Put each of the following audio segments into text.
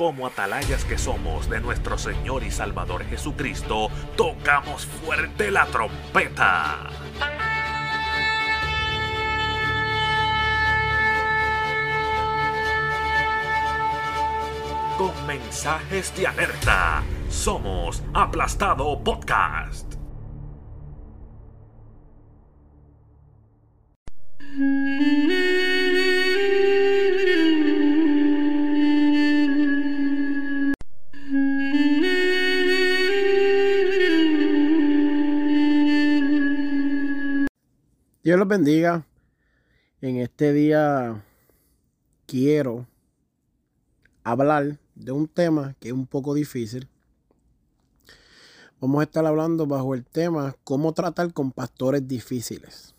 Como atalayas que somos de nuestro Señor y Salvador Jesucristo, tocamos fuerte la trompeta. Con mensajes de alerta, somos Aplastado Podcast. Dios los bendiga. En este día quiero hablar de un tema que es un poco difícil. Vamos a estar hablando bajo el tema cómo tratar con pastores difíciles.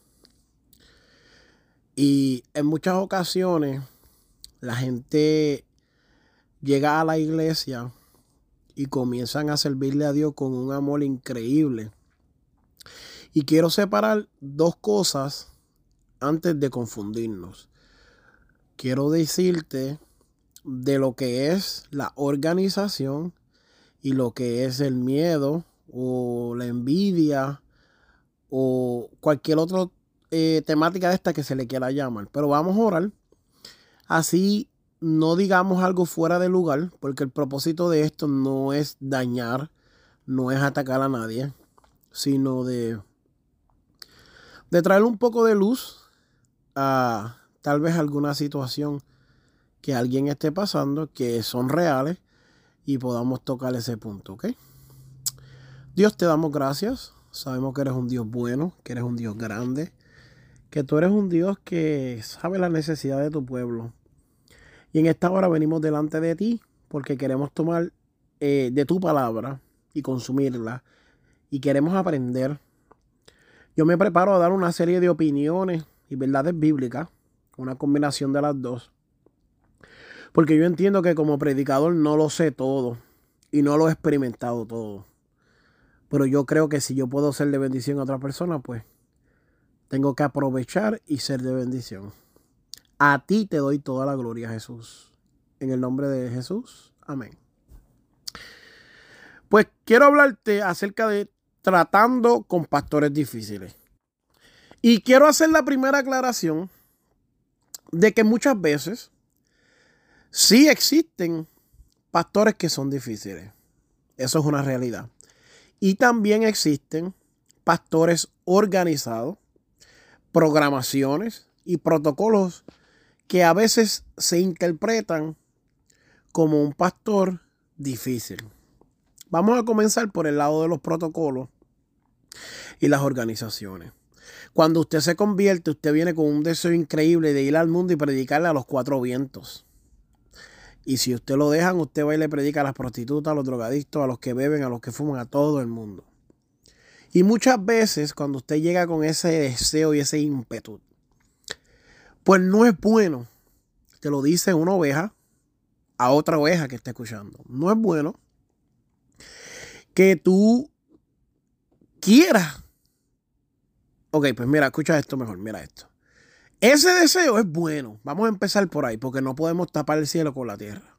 Y en muchas ocasiones la gente llega a la iglesia y comienzan a servirle a Dios con un amor increíble. Y quiero separar dos cosas antes de confundirnos. Quiero decirte de lo que es la organización y lo que es el miedo o la envidia o cualquier otra temática de esta que se le quiera llamar. Pero vamos a orar. Así no digamos algo fuera de lugar, porque el propósito de esto no es dañar, no es atacar a nadie, sino de traer un poco de luz a tal vez alguna situación que alguien esté pasando, que son reales, y podamos tocar ese punto, ¿ok? Dios, te damos gracias. Sabemos que eres un Dios bueno, que eres un Dios grande, que tú eres un Dios que sabe la necesidad de tu pueblo. Y en esta hora venimos delante de ti porque queremos tomar de tu palabra y consumirla, y queremos aprender. Yo me preparo a dar una serie de opiniones y verdades bíblicas, una combinación de las dos, porque yo entiendo que como predicador no lo sé todo y no lo he experimentado todo, pero yo creo que si yo puedo ser de bendición a otra persona, pues tengo que aprovechar y ser de bendición. A ti te doy toda la gloria, Jesús. En el nombre de Jesús, amén. Pues quiero hablarte acerca de tratando con pastores difíciles. Y quiero hacer la primera aclaración de que muchas veces sí existen pastores que son difíciles. Eso es una realidad. Y también existen pastores organizados, programaciones y protocolos que a veces se interpretan como un pastor difícil. Vamos a comenzar por el lado de los protocolos y las organizaciones. Cuando usted se convierte, usted viene con un deseo increíble de ir al mundo y predicarle a los cuatro vientos. Y si usted lo dejan, usted va y le predica a las prostitutas, a los drogadictos, a los que beben, a los que fuman, a todo el mundo. Y muchas veces cuando usted llega con ese deseo y ese ímpetu, pues no es bueno, te lo dice una oveja a otra oveja que está escuchando. No es bueno que tú quieras. Ok, pues mira, escucha esto mejor, mira esto. Ese deseo es bueno. Vamos a empezar por ahí, porque no podemos tapar el cielo con la tierra.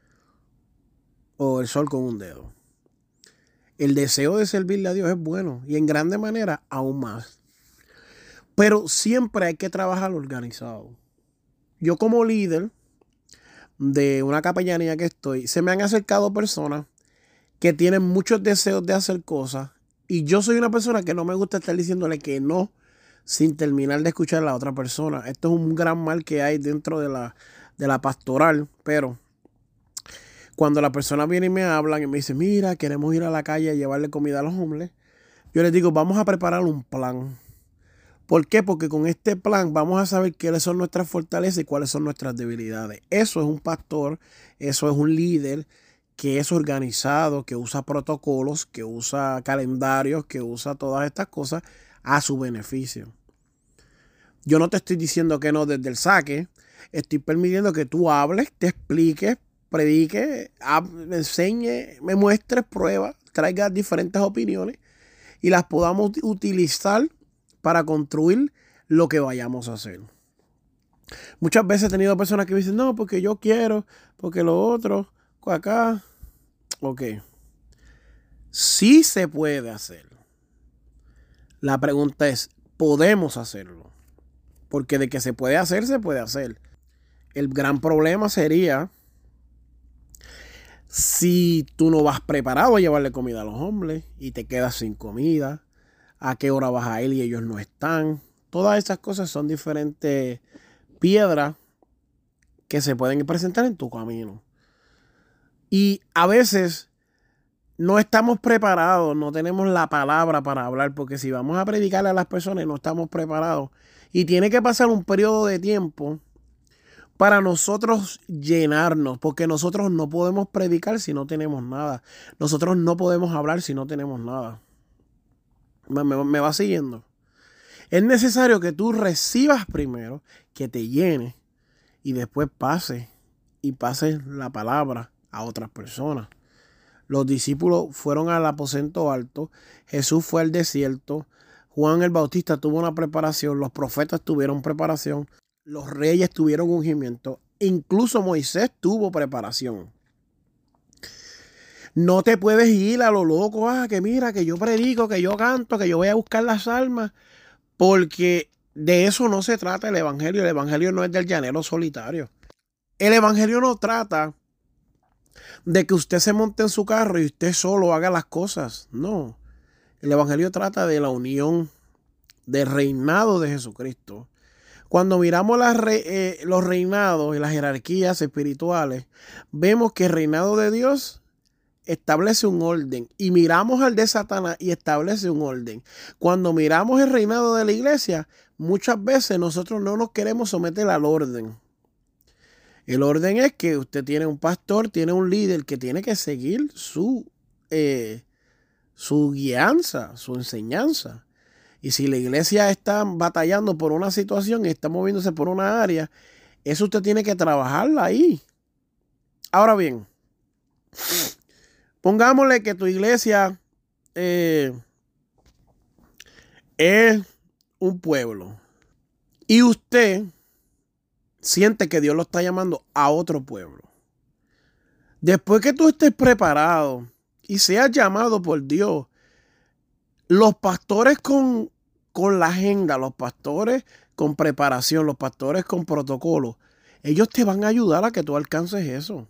O el sol con un dedo. El deseo de servirle a Dios es bueno. Y en grande manera, aún más. Pero siempre hay que trabajar organizado. Yo como líder de una capellanía que estoy, se me han acercado personas que tienen muchos deseos de hacer cosas. Y yo soy una persona que no me gusta estar diciéndole que no sin terminar de escuchar a la otra persona. Esto es un gran mal que hay dentro de la pastoral. Pero cuando la persona viene y me hablan y me dice, mira, queremos ir a la calle a llevarle comida a los hombres, yo les digo, vamos a preparar un plan. ¿Por qué? Porque con este plan vamos a saber cuáles son nuestras fortalezas y cuáles son nuestras debilidades. Eso es un pastor, eso es un líder que es organizado, que usa protocolos, que usa calendarios, que usa todas estas cosas a su beneficio. Yo no te estoy diciendo que no desde el saque, estoy permitiendo que tú hables, te expliques, prediques, me enseñes, me muestres pruebas, traigas diferentes opiniones y las podamos utilizar para construir lo que vayamos a hacer. Muchas veces he tenido personas que me dicen, no, porque yo quiero, porque lo otro. acá. Ok. Sí se puede hacer. La pregunta es, ¿podemos hacerlo? Porque de que se puede hacer, se puede hacer. El gran problema sería si tú no vas preparado a llevarle comida a los hombres y te quedas sin comida, a qué hora vas a ir y ellos no están. Todas esas cosas son diferentes piedras que se pueden presentar en tu camino. Y a veces no estamos preparados, no tenemos la palabra para hablar, porque si vamos a predicarle a las personas y no estamos preparados, y tiene que pasar un periodo de tiempo para nosotros llenarnos, porque nosotros no podemos predicar si no tenemos nada. Nosotros no podemos hablar si no tenemos nada. ¿Me va siguiendo? Es necesario que tú recibas primero, que te llenes y después pases la palabra a otras personas. Los discípulos fueron al aposento alto, Jesús fue al desierto, Juan el Bautista tuvo una preparación, los profetas tuvieron preparación, los reyes tuvieron ungimiento, incluso Moisés tuvo preparación. No te puedes ir a lo loco, que mira, que yo predico, que yo canto, que yo voy a buscar las almas, porque de eso no se trata el evangelio no es del llanero solitario. El evangelio no trata de que usted se monte en su carro y usted solo haga las cosas. No. El evangelio trata de la unión, del reinado de Jesucristo. Cuando miramos los reinados y las jerarquías espirituales, vemos que el reinado de Dios establece un orden. Y miramos al de Satanás y establece un orden. Cuando miramos el reinado de la iglesia, muchas veces nosotros no nos queremos someter al orden. El orden es que usted tiene un pastor, tiene un líder que tiene que seguir su guianza, su enseñanza. Y si la iglesia está batallando por una situación y está moviéndose por una área, eso usted tiene que trabajarla ahí. Ahora bien, pongámosle que tu iglesia es un pueblo y usted siente que Dios lo está llamando a otro pueblo. Después que tú estés preparado y seas llamado por Dios, los pastores con la agenda, los pastores con preparación, los pastores con protocolo, ellos te van a ayudar a que tú alcances eso.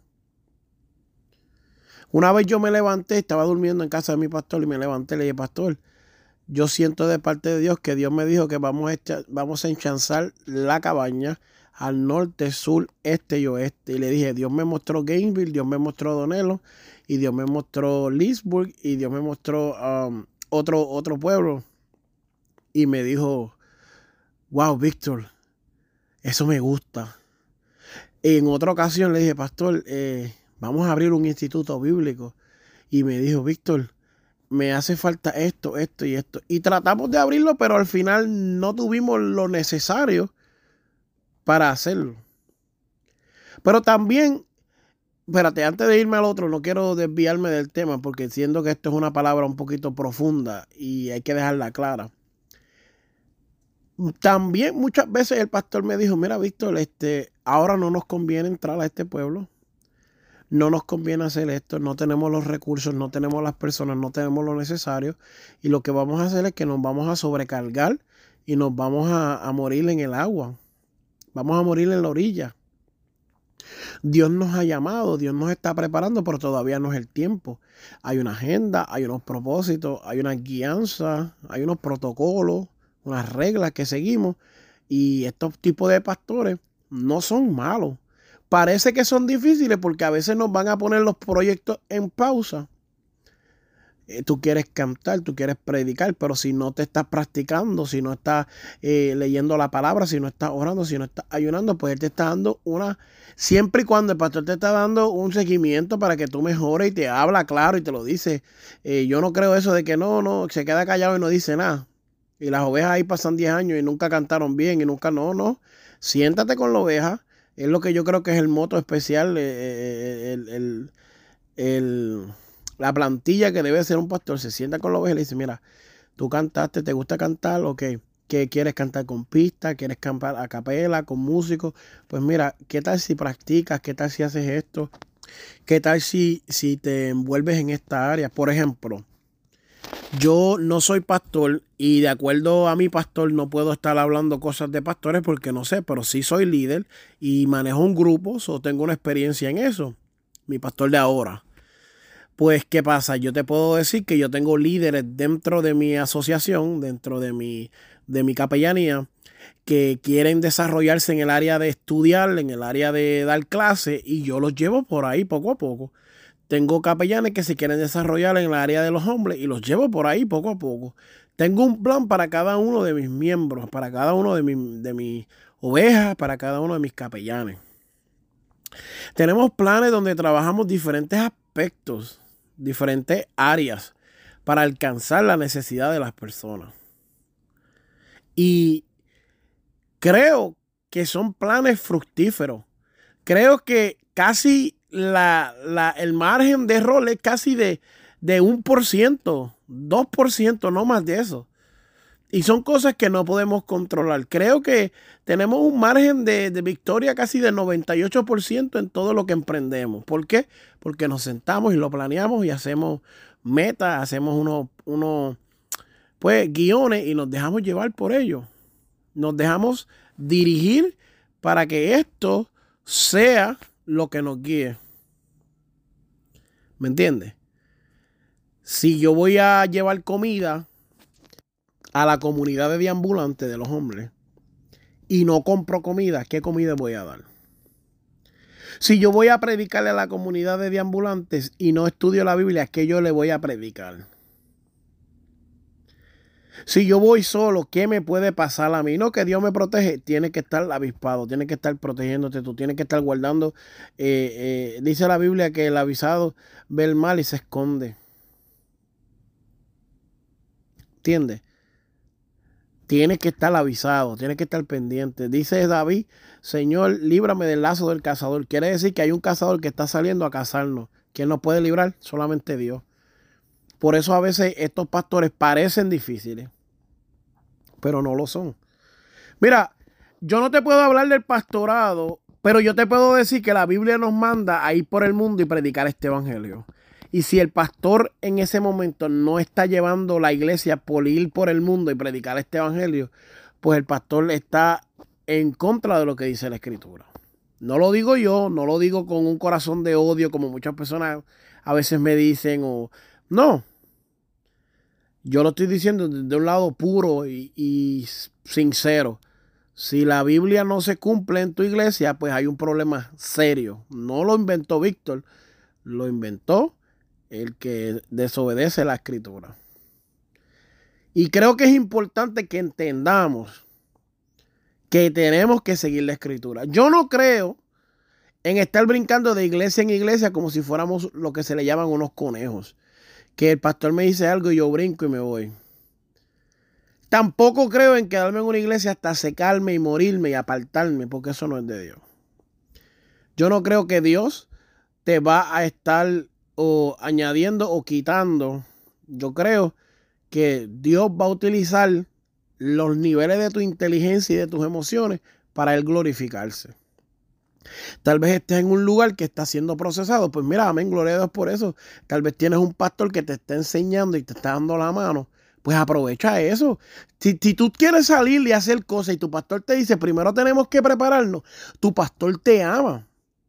Una vez yo me levanté, estaba durmiendo en casa de mi pastor y me levanté y le dije, pastor, yo siento de parte de Dios que Dios me dijo que vamos a enchanzar la cabaña al norte, sur, este y oeste. Y le dije, Dios me mostró Gainesville, Dios me mostró Donelo, y Dios me mostró Leesburg, y Dios me mostró otro pueblo. Y me dijo, wow, Víctor, eso me gusta. En otra ocasión le dije, pastor, vamos a abrir un instituto bíblico. Y me dijo, Víctor, me hace falta esto y esto. Y tratamos de abrirlo, pero al final no tuvimos lo necesario para hacerlo. Pero también, espérate, antes de irme al otro, no quiero desviarme del tema porque siento que esto es una palabra un poquito profunda y hay que dejarla clara. También muchas veces el pastor me dijo, mira, Víctor, ahora no nos conviene entrar a este pueblo. No nos conviene hacer esto, no tenemos los recursos, no tenemos las personas, no tenemos lo necesario. Y lo que vamos a hacer es que nos vamos a sobrecargar y nos vamos a morir en el agua. Vamos a morir en la orilla. Dios nos ha llamado, Dios nos está preparando, pero todavía no es el tiempo. Hay una agenda, hay unos propósitos, hay una guianza, hay unos protocolos, unas reglas que seguimos. Y estos tipos de pastores no son malos. Parece que son difíciles porque a veces nos van a poner los proyectos en pausa. Tú quieres cantar, tú quieres predicar, pero si no te estás practicando, si no estás leyendo la palabra, si no estás orando, si no estás ayunando, pues él te está dando siempre y cuando el pastor te está dando un seguimiento para que tú mejores y te habla claro y te lo dice. Yo no creo eso de que no, se queda callado y no dice nada. Y las ovejas ahí pasan 10 años y nunca cantaron bien y nunca, no. Siéntate con la oveja. Es lo que yo creo que es el moto especial, la plantilla que debe ser un pastor. Se sienta con la oveja y le dice, mira, tú cantaste, ¿te gusta cantar? Ok, ¿qué quieres cantar con pista? ¿Quieres cantar a capela, con músicos? Pues mira, ¿qué tal si practicas? ¿Qué tal si haces esto? ¿Qué tal si te envuelves en esta área? Por ejemplo, yo no soy pastor y de acuerdo a mi pastor no puedo estar hablando cosas de pastores porque no sé, pero sí soy líder y manejo un grupo, o tengo una experiencia en eso. Mi pastor de ahora. Pues, ¿qué pasa? Yo te puedo decir que yo tengo líderes dentro de mi asociación, dentro de mi capellanía, que quieren desarrollarse en el área de estudiar, en el área de dar clases, y yo los llevo por ahí poco a poco. Tengo capellanes que se quieren desarrollar en el área de los hombres y los llevo por ahí poco a poco. Tengo un plan para cada uno de mis miembros, para cada uno de mis ovejas, para cada uno de mis capellanes. Tenemos planes donde trabajamos diferentes aspectos, diferentes áreas para alcanzar la necesidad de las personas. Y creo que son planes fructíferos. Creo que casi el margen de error es casi de 1%, 2%, no más de eso. Y son cosas que no podemos controlar. Creo que tenemos un margen de victoria casi del 98% en todo lo que emprendemos. ¿Por qué? Porque nos sentamos y lo planeamos y hacemos metas, hacemos unos pues, guiones y nos dejamos llevar por ello. Nos dejamos dirigir para que esto sea lo que nos guíe. ¿Me entiendes? Si yo voy a llevar comida a la comunidad de deambulantes de los hombres y no compro comida, ¿qué comida voy a dar? Si yo voy a predicarle a la comunidad de deambulantes y no estudio la Biblia, ¿qué yo le voy a predicar? Si yo voy solo, ¿qué me puede pasar a mí? No, que Dios me protege. Tiene que estar avispado, tiene que estar protegiéndote tú, tienes que estar guardando. Dice la Biblia que el avisado ve el mal y se esconde. ¿Entiendes? Tienes que estar avisado, tienes que estar pendiente. Dice David, Señor, líbrame del lazo del cazador. Quiere decir que hay un cazador que está saliendo a cazarnos. ¿Quién nos puede librar? Solamente Dios. Por eso a veces estos pastores parecen difíciles, pero no lo son. Mira, yo no te puedo hablar del pastorado, pero yo te puedo decir que la Biblia nos manda a ir por el mundo y predicar este evangelio. Y si el pastor en ese momento no está llevando la iglesia por ir por el mundo y predicar este evangelio, pues el pastor está en contra de lo que dice la Escritura. No lo digo yo, no lo digo con un corazón de odio como muchas personas a veces me dicen o no. Yo lo estoy diciendo de un lado puro y sincero. Si la Biblia no se cumple en tu iglesia, pues hay un problema serio. No lo inventó Víctor, lo inventó el que desobedece la Escritura. Y creo que es importante que entendamos que tenemos que seguir la Escritura. Yo no creo en estar brincando de iglesia en iglesia como si fuéramos lo que se le llaman unos conejos. Que el pastor me dice algo y yo brinco y me voy. Tampoco creo en quedarme en una iglesia hasta secarme y morirme y apartarme, porque eso no es de Dios. Yo no creo que Dios te va a estar o añadiendo o quitando. Yo creo que Dios va a utilizar los niveles de tu inteligencia y de tus emociones para Él glorificarse. Tal vez estés en un lugar que está siendo procesado. Pues mira, amén, gloria a Dios por eso. Tal vez tienes un pastor que te está enseñando y te está dando la mano. Pues aprovecha eso. Si tú quieres salir y hacer cosas y tu pastor te dice, primero tenemos que prepararnos, tu pastor te ama.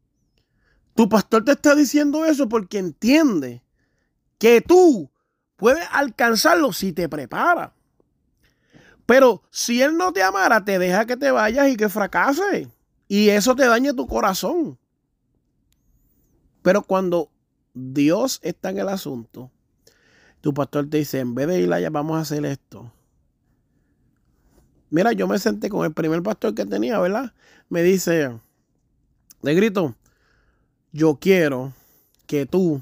Tu pastor te está diciendo eso porque entiende que tú puedes alcanzarlo si te preparas. Pero si él no te amara, te deja que te vayas y que fracases. Y eso te daña tu corazón. Pero cuando Dios está en el asunto, tu pastor te dice, en vez de ir allá, vamos a hacer esto. Mira, yo me senté con el primer pastor que tenía, ¿verdad? Me dice, Negrito, yo quiero que tú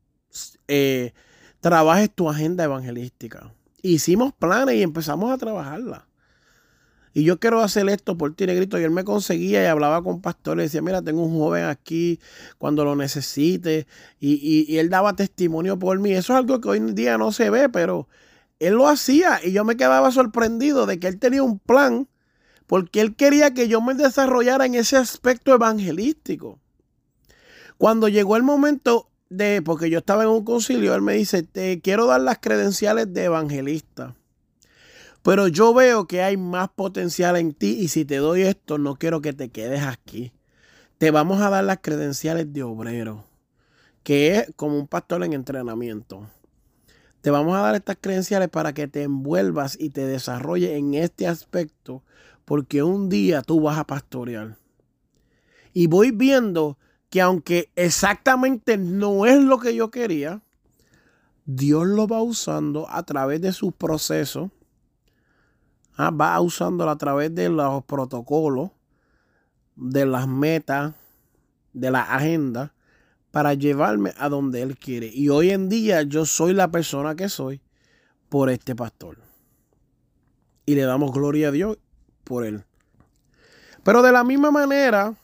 trabajes tu agenda evangelística. Hicimos planes y empezamos a trabajarla. Y yo quiero hacer esto por ti, Negrito. Y él me conseguía y hablaba con pastores. Decía, mira, tengo un joven aquí cuando lo necesite. Y él daba testimonio por mí. Eso es algo que hoy en día no se ve, pero él lo hacía. Y yo me quedaba sorprendido de que él tenía un plan porque él quería que yo me desarrollara en ese aspecto evangelístico. Cuando llegó el momento porque yo estaba en un concilio, él me dice, te quiero dar las credenciales de evangelista, pero yo veo que hay más potencial en ti y si te doy esto, no quiero que te quedes aquí. Te vamos a dar las credenciales de obrero, que es como un pastor en entrenamiento. Te vamos a dar estas credenciales para que te envuelvas y te desarrolles en este aspecto, porque un día tú vas a pastorear. Y voy viendo que aunque exactamente no es lo que yo quería, Dios lo va usando a través de sus procesos, va usándolo a través de los protocolos, de las metas, de la agenda, para llevarme a donde Él quiere. Y hoy en día yo soy la persona que soy por este pastor. Y le damos gloria a Dios por él. Pero de la misma manera,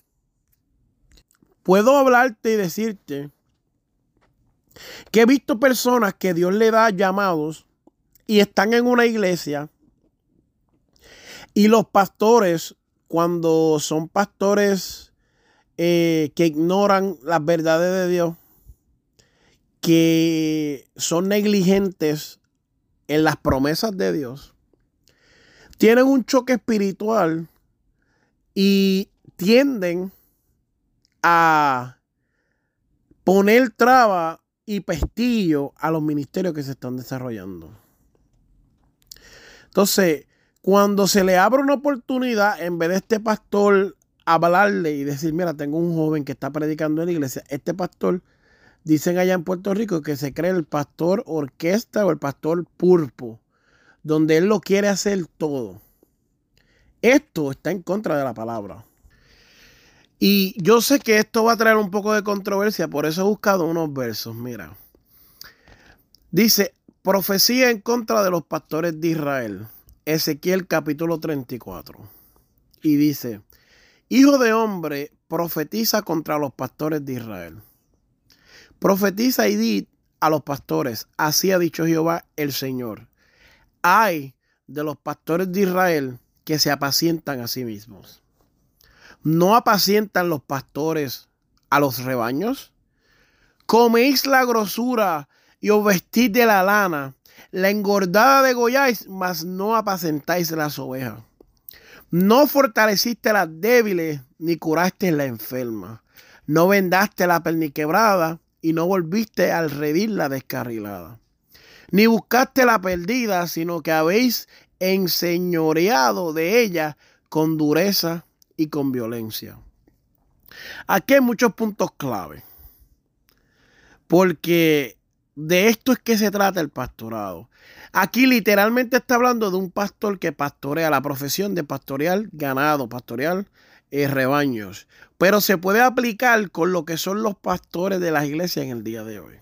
puedo hablarte y decirte que he visto personas que Dios le da llamados y están en una iglesia y los pastores, cuando son pastores que ignoran las verdades de Dios, que son negligentes en las promesas de Dios, tienen un choque espiritual y tienden a poner traba y pestillo a los ministerios que se están desarrollando. Entonces, cuando se le abre una oportunidad, en vez de este pastor hablarle y decir, mira, tengo un joven que está predicando en la iglesia, este pastor, dicen allá en Puerto Rico que se cree el pastor orquesta o el pastor pulpo, donde él lo quiere hacer todo. Esto está en contra de la palabra. Y yo sé que esto va a traer un poco de controversia, por eso he buscado unos versos. Mira, dice, profecía en contra de los pastores de Israel, Ezequiel capítulo 34. Y dice, hijo de hombre, profetiza contra los pastores de Israel. Profetiza y di a los pastores, así ha dicho Jehová el Señor. Ay de los pastores de Israel que se apacientan a sí mismos. ¿No apacientan los pastores a los rebaños? Coméis la grosura y os vestís de la lana, la engordada degolláis, mas no apacentáis las ovejas. No fortaleciste las débiles, ni curaste la enferma. No vendaste la perniquebrada, y no volviste al redil la descarrilada. Ni buscaste la perdida, sino que habéis enseñoreado de ella con dureza y con violencia. Aquí hay muchos puntos clave, porque de esto es que se trata el pastorado. Aquí literalmente está hablando de un pastor que pastorea, la profesión de pastorear ganado, pastorear rebaños, pero se puede aplicar con lo que son los pastores de las iglesias en el día de hoy.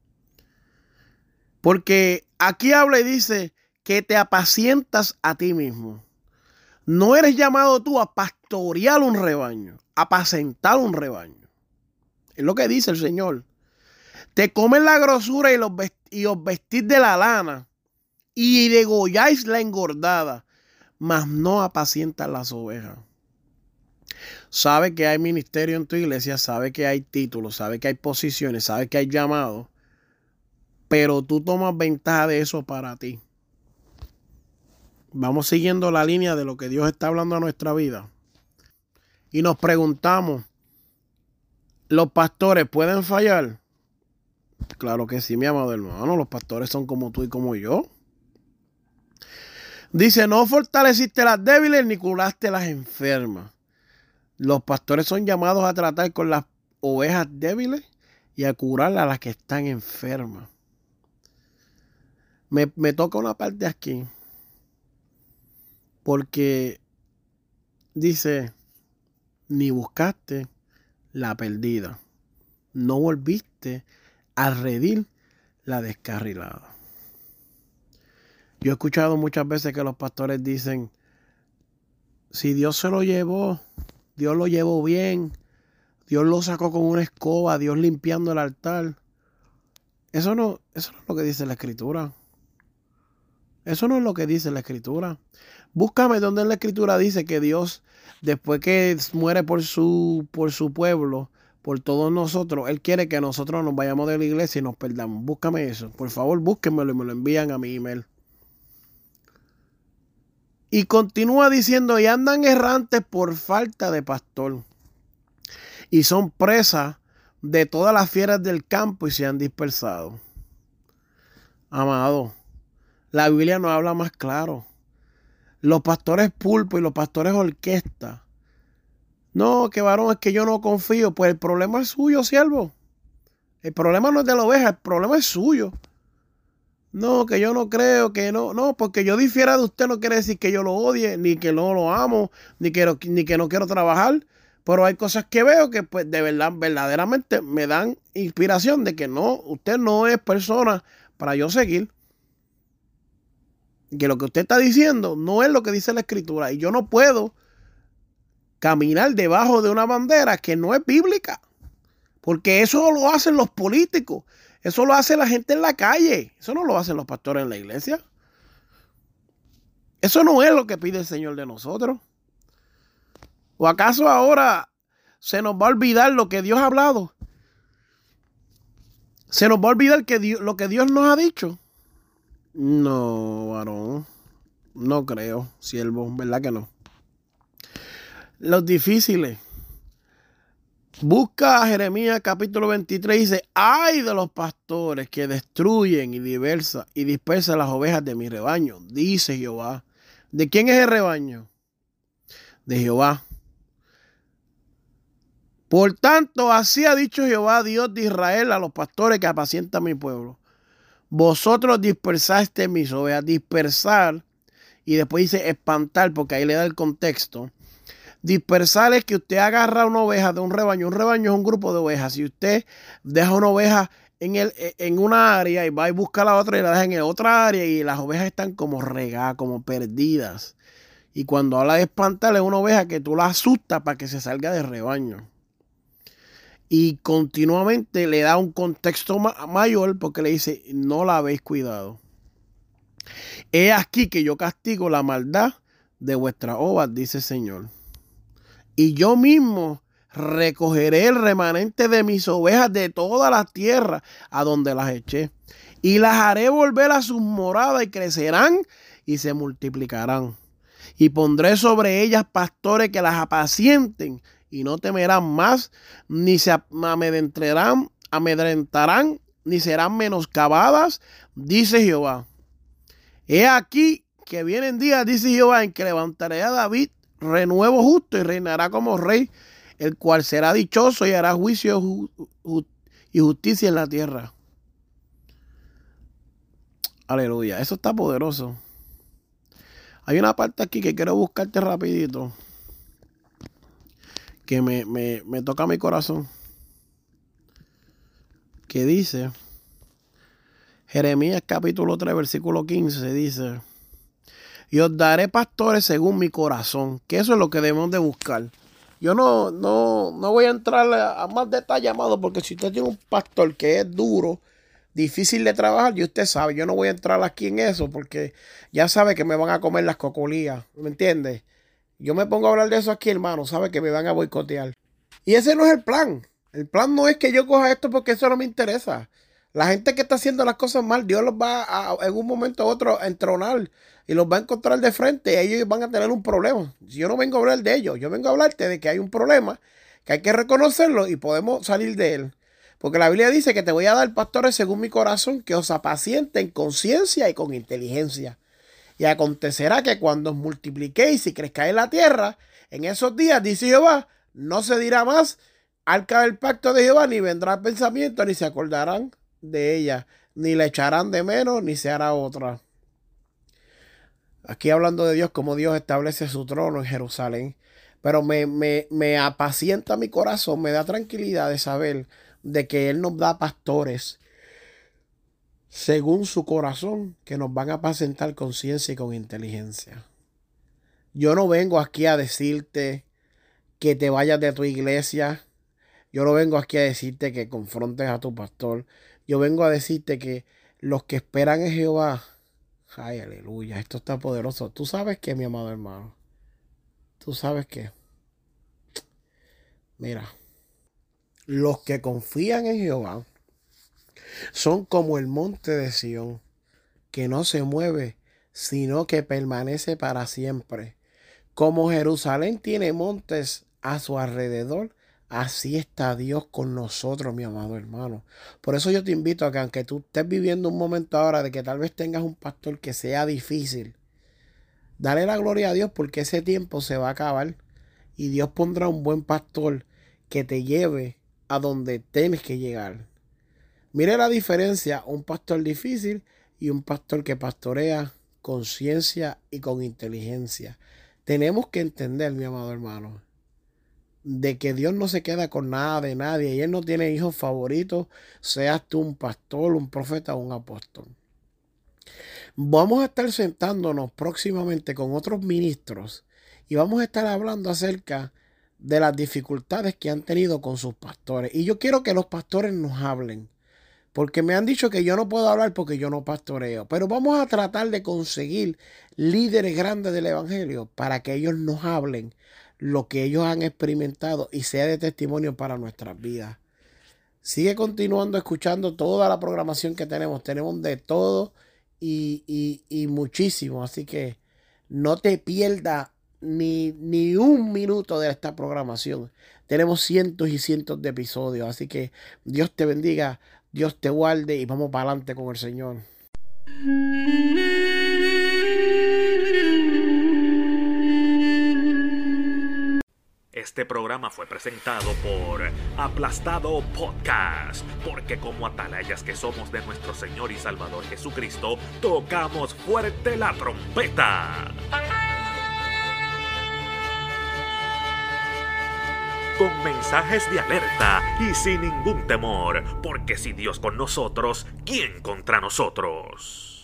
Porque aquí habla y dice que te apacientas a ti mismo. No eres llamado tú a pastorear un rebaño, a apacentar un rebaño. Es lo que dice el Señor. Te comen la grosura y os vestís de la lana y degolláis la engordada, mas no apacientas las ovejas. Sabe que hay ministerio en tu iglesia, sabe que hay títulos, sabe que hay posiciones, sabe que hay llamados, pero tú tomas ventaja de eso para ti. Vamos siguiendo la línea de lo que Dios está hablando a nuestra vida. Y nos preguntamos, ¿los pastores pueden fallar? Claro que sí, mi amado hermano. Los pastores son como tú y como yo. Dice, no fortaleciste las débiles ni curaste las enfermas. Los pastores son llamados a tratar con las ovejas débiles y a curar a las que están enfermas. Me toca una parte aquí. Porque dice, ni buscaste la perdida. No volviste a redil la descarrilada. Yo he escuchado muchas veces que los pastores dicen, si Dios se lo llevó, Dios lo llevó bien, Dios lo sacó con una escoba, Dios limpiando el altar. Eso no es lo que dice la Escritura. Eso no es lo que dice la Escritura. Búscame donde en la Escritura dice que Dios, después que muere por su pueblo, por todos nosotros. Él quiere que nosotros nos vayamos de la iglesia y nos perdamos. Búscame eso. Por favor, búsquenmelo y me lo envían a mi email. Y continúa diciendo, y andan errantes por falta de pastor. Y son presas de todas las fieras del campo y se han dispersado. Amado, la Biblia nos habla más claro. Los pastores pulpo y los pastores orquesta. No, que varón, es que yo no confío. Pues el problema es suyo, siervo. El problema no es de la oveja, el problema es suyo. No, que yo no creo, que no. No, porque yo difiera de usted no quiere decir que yo lo odie, ni que no lo amo, ni que no quiero trabajar. Pero hay cosas que veo que pues de verdad, verdaderamente me dan inspiración de que no, usted no es persona para yo seguir. Que lo que usted está diciendo no es lo que dice la Escritura. Y yo no puedo caminar debajo de una bandera que no es bíblica. Porque eso lo hacen los políticos. Eso lo hace la gente en la calle. Eso no lo hacen los pastores en la iglesia. Eso no es lo que pide el Señor de nosotros. ¿O acaso ahora se nos va a olvidar lo que Dios ha hablado? ¿Se nos va a olvidar lo que Dios nos ha dicho? No, varón. No creo, siervo. ¿Verdad que no? Los difíciles. Busca a Jeremías capítulo 23 y dice, ay de los pastores que destruyen y dispersan las ovejas de mi rebaño, dice Jehová. ¿De quién es el rebaño? De Jehová. Por tanto, así ha dicho Jehová, Dios de Israel, a los pastores que apacientan mi pueblo. Vosotros dispersaste mis ovejas. Dispersar, y después dice espantar, porque ahí le da el contexto. Dispersar es que usted agarra una oveja de un rebaño. Un rebaño es un grupo de ovejas. Si usted deja una oveja en una área y va y busca la otra y la deja en otra área y las ovejas están como regadas, como perdidas. Y cuando habla de espantar es una oveja que tú la asustas para que se salga del rebaño. Y continuamente le da un contexto mayor porque le dice, no la habéis cuidado. He aquí que yo castigo la maldad de vuestras ovas, dice el Señor. Y yo mismo recogeré el remanente de mis ovejas de toda la tierra a donde las eché. Y las haré volver a sus moradas y crecerán y se multiplicarán. Y pondré sobre ellas pastores que las apacienten y no temerán más, ni se amedrentarán, ni serán menoscabadas, dice Jehová. He aquí que vienen días, dice Jehová, en que levantaré a David renuevo justo y reinará como rey, el cual será dichoso y hará juicio y justicia en la tierra. Aleluya, eso está poderoso. Hay una parte aquí que quiero buscarte rapidito, que me toca mi corazón, que dice, Jeremías capítulo 3, versículo 15, dice, y os daré pastores según mi corazón, que eso es lo que debemos de buscar. Yo no voy a entrar a más detalle, amado, porque si usted tiene un pastor que es duro, difícil de trabajar, y usted sabe, yo no voy a entrar aquí en eso, porque ya sabe que me van a comer las cocolías, ¿me entiende? Yo me pongo a hablar de eso aquí, hermano, sabe que me van a boicotear. Y ese no es el plan. El plan no es que yo coja esto porque eso no me interesa. La gente que está haciendo las cosas mal, Dios los va en un momento u otro a entronar y los va a encontrar de frente y ellos van a tener un problema. Yo no vengo a hablar de ellos, yo vengo a hablarte de que hay un problema, que hay que reconocerlo y podemos salir de él. Porque la Biblia dice que te voy a dar pastores según mi corazón que os apacienten con ciencia y con inteligencia. Y acontecerá que cuando os multipliquéis y crezcáis en la tierra, en esos días, dice Jehová, no se dirá más arca del pacto de Jehová, ni vendrá pensamiento, ni se acordarán de ella, ni le echarán de menos, ni se hará otra. Aquí hablando de Dios, como Dios establece su trono en Jerusalén. Pero me apacienta mi corazón, me da tranquilidad de saber de que Él nos da pastores según su corazón, que nos van a apacentar con ciencia y con inteligencia. Yo no vengo aquí a decirte que te vayas de tu iglesia. Yo no vengo aquí a decirte que confrontes a tu pastor. Yo vengo a decirte que los que esperan en Jehová, ay, aleluya, esto está poderoso. Tú sabes que, mi amado hermano, tú sabes que, mira, Los que confían en Jehová son como el monte de Sión, que no se mueve, sino que permanece para siempre. Como Jerusalén tiene montes a su alrededor, así está Dios con nosotros, mi amado hermano. Por eso yo te invito a que, aunque tú estés viviendo un momento ahora de que tal vez tengas un pastor que sea difícil, dale la gloria a Dios, porque ese tiempo se va a acabar y Dios pondrá un buen pastor que te lleve a donde tienes que llegar. Mire la diferencia, un pastor difícil y un pastor que pastorea con ciencia y con inteligencia. Tenemos que entender, mi amado hermano, de que Dios no se queda con nada de nadie y Él no tiene hijos favoritos, seas tú un pastor, un profeta o un apóstol. Vamos a estar sentándonos próximamente con otros ministros y vamos a estar hablando acerca de las dificultades que han tenido con sus pastores. Y yo quiero que los pastores nos hablen, porque me han dicho que yo no puedo hablar porque yo no pastoreo. Pero vamos a tratar de conseguir líderes grandes del evangelio para que ellos nos hablen lo que ellos han experimentado y sea de testimonio para nuestras vidas. Sigue continuando escuchando toda la programación que tenemos. Tenemos de todo y muchísimo. Así que no te pierdas ni un minuto de esta programación. Tenemos cientos y cientos de episodios. Así que Dios te bendiga, Dios te guarde y vamos para adelante con el Señor. Este programa fue presentado por Aplastado Podcast, porque como atalayas que somos de nuestro Señor y Salvador Jesucristo, tocamos fuerte la trompeta. Con mensajes de alerta y sin ningún temor, porque si Dios con nosotros, ¿quién contra nosotros?